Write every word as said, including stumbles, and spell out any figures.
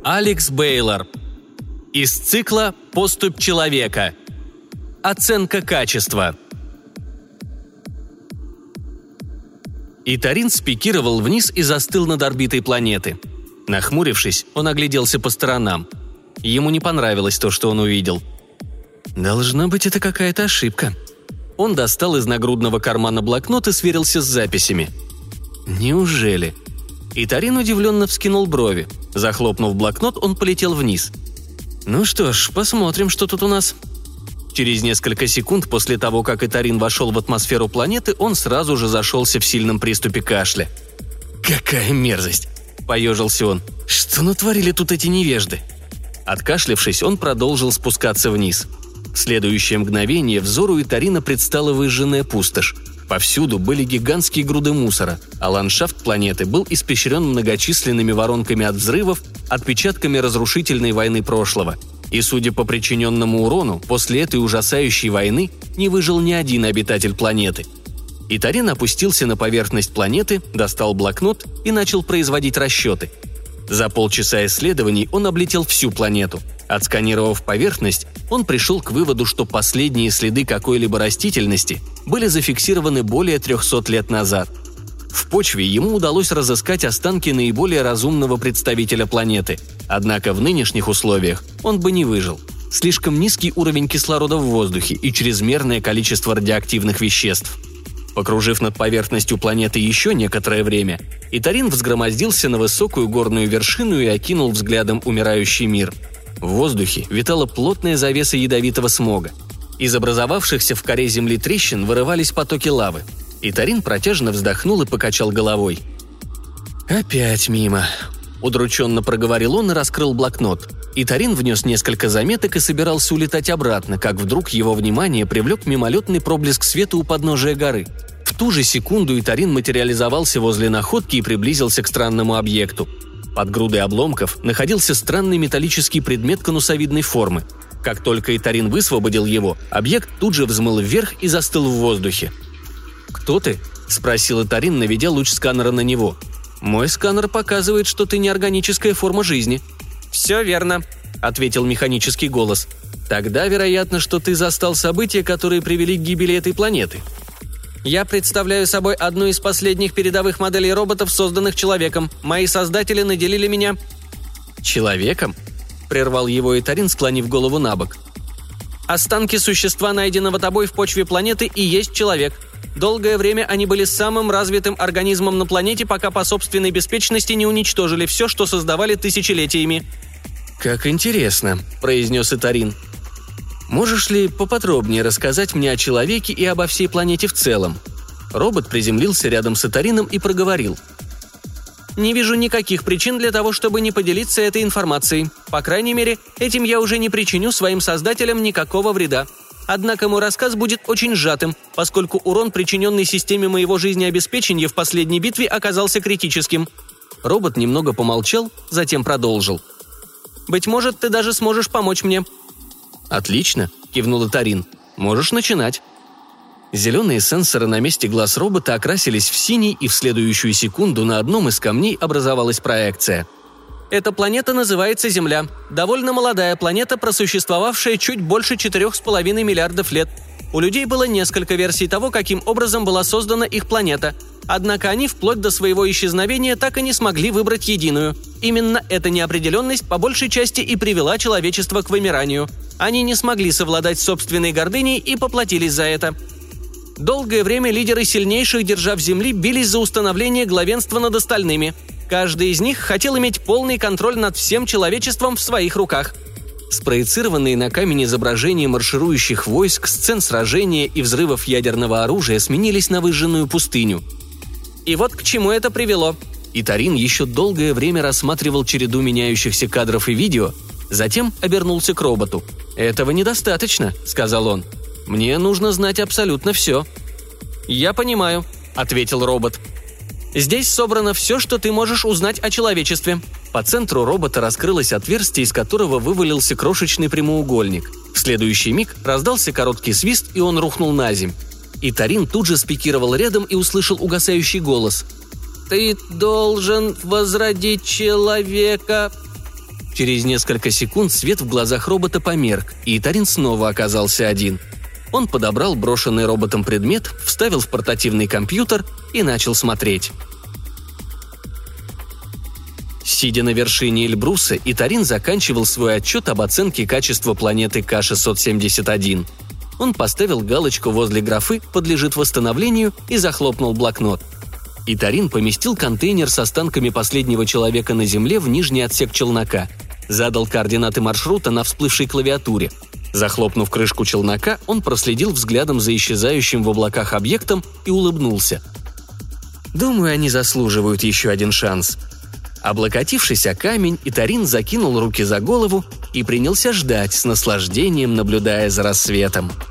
Алекс Бейлор. Из цикла «Поступь человека». Оценка качества. Итарин спикировал вниз и застыл над орбитой планеты. Нахмурившись, он огляделся по сторонам. Ему не понравилось то, что он увидел. «Должно быть, это какая-то ошибка». Он достал из нагрудного кармана блокнот и сверился с записями. «Неужели?» Итарин удивленно вскинул брови. Захлопнув блокнот, он полетел вниз. «Ну что ж, посмотрим, что тут у нас». Через несколько секунд после того, как Итарин вошел в атмосферу планеты, он сразу же зашелся в сильном приступе кашля. «Какая мерзость!» – поежился он. «Что натворили тут эти невежды?» Откашлявшись, он продолжил спускаться вниз. В следующее мгновение взору Итарина предстала выжженная пустошь. Повсюду были гигантские груды мусора, а ландшафт планеты был испещрен многочисленными воронками от взрывов, отпечатками разрушительной войны прошлого. И, судя по причиненному урону, после этой ужасающей войны не выжил ни один обитатель планеты. Итарин опустился на поверхность планеты, достал блокнот и начал производить расчеты. За полчаса исследований он облетел всю планету. Отсканировав поверхность, он пришел к выводу, что последние следы какой-либо растительности были зафиксированы более трехсот лет назад. В почве ему удалось разыскать останки наиболее разумного представителя планеты, однако в нынешних условиях он бы не выжил. Слишком низкий уровень кислорода в воздухе и чрезмерное количество радиоактивных веществ. Покружив над поверхностью планеты еще некоторое время, Итарин взгромоздился на высокую горную вершину и окинул взглядом умирающий мир. В воздухе витала плотная завеса ядовитого смога. Из образовавшихся в коре земли трещин вырывались потоки лавы. Итарин протяжно вздохнул и покачал головой. «Опять мимо», – удрученно проговорил он и раскрыл блокнот. Итарин внес несколько заметок и собирался улетать обратно, как вдруг его внимание привлек мимолетный проблеск света у подножия горы. В ту же секунду Итарин материализовался возле находки и приблизился к странному объекту. Под грудой обломков находился странный металлический предмет конусовидной формы. Как только Итарин высвободил его, объект тут же взмыл вверх и застыл в воздухе. «Кто ты?» – спросил Итарин, наведя луч сканера на него. «Мой сканер показывает, что ты неорганическая форма жизни». «Все верно», – ответил механический голос. «Тогда, вероятно, что ты застал события, которые привели к гибели этой планеты». «Я представляю собой одну из последних передовых моделей роботов, созданных человеком. Мои создатели наделили меня...» «Человеком?» – прервал его Итарин, склонив голову на бок. «Останки существа, найденного тобой в почве планеты, и есть человек. Долгое время они были самым развитым организмом на планете, пока по собственной беспечности не уничтожили все, что создавали тысячелетиями». «Как интересно», – произнес Итарин. «Можешь ли поподробнее рассказать мне о человеке и обо всей планете в целом?» Робот приземлился рядом с Итарином и проговорил. «Не вижу никаких причин для того, чтобы не поделиться этой информацией. По крайней мере, этим я уже не причиню своим создателям никакого вреда. Однако мой рассказ будет очень сжатым, поскольку урон, причиненный системе моего жизнеобеспечения в последней битве, оказался критическим». Робот немного помолчал, затем продолжил. «Быть может, ты даже сможешь помочь мне». «Отлично», – кивнул Итарин. «Можешь начинать». Зеленые сенсоры на месте глаз робота окрасились в синий, и в следующую секунду на одном из камней образовалась проекция. «Эта планета называется Земля. Довольно молодая планета, просуществовавшая чуть больше четырех с половиной миллиардов лет. У людей было несколько версий того, каким образом была создана их планета. Однако они вплоть до своего исчезновения так и не смогли выбрать единую. Именно эта неопределенность по большей части и привела человечество к вымиранию. Они не смогли совладать с собственной гордыней и поплатились за это. Долгое время лидеры сильнейших держав Земли бились за установление главенства над остальными. Каждый из них хотел иметь полный контроль над всем человечеством в своих руках». Спроецированные на камень изображения марширующих войск, сцен сражения и взрывов ядерного оружия сменились на выжженную пустыню. «И вот к чему это привело». Итарин еще долгое время рассматривал череду меняющихся кадров и видео, затем обернулся к роботу. «Этого недостаточно», — сказал он. «Мне нужно знать абсолютно все». «Я понимаю», — ответил робот. «Здесь собрано все, что ты можешь узнать о человечестве». По центру робота раскрылось отверстие, из которого вывалился крошечный прямоугольник. В следующий миг раздался короткий свист, и он рухнул на земь. Итарин тут же спикировал рядом и услышал угасающий голос. «Ты должен возродить человека». Через несколько секунд свет в глазах робота померк, и Итарин снова оказался один. Он подобрал брошенный роботом предмет, вставил в портативный компьютер и начал смотреть. Сидя на вершине Эльбруса, Итарин заканчивал свой отчет об оценке качества планеты Ка шестьсот семьдесят один. Он поставил галочку возле графы «Подлежит восстановлению» и захлопнул блокнот. Итарин поместил контейнер с останками последнего человека на Земле в нижний отсек челнока, задал координаты маршрута на всплывшей клавиатуре. Захлопнув крышку челнока, он проследил взглядом за исчезающим в облаках объектом и улыбнулся. «Думаю, они заслуживают еще один шанс». Облокотившись о камень, Итарин закинул руки за голову и принялся ждать, с наслаждением наблюдая за рассветом.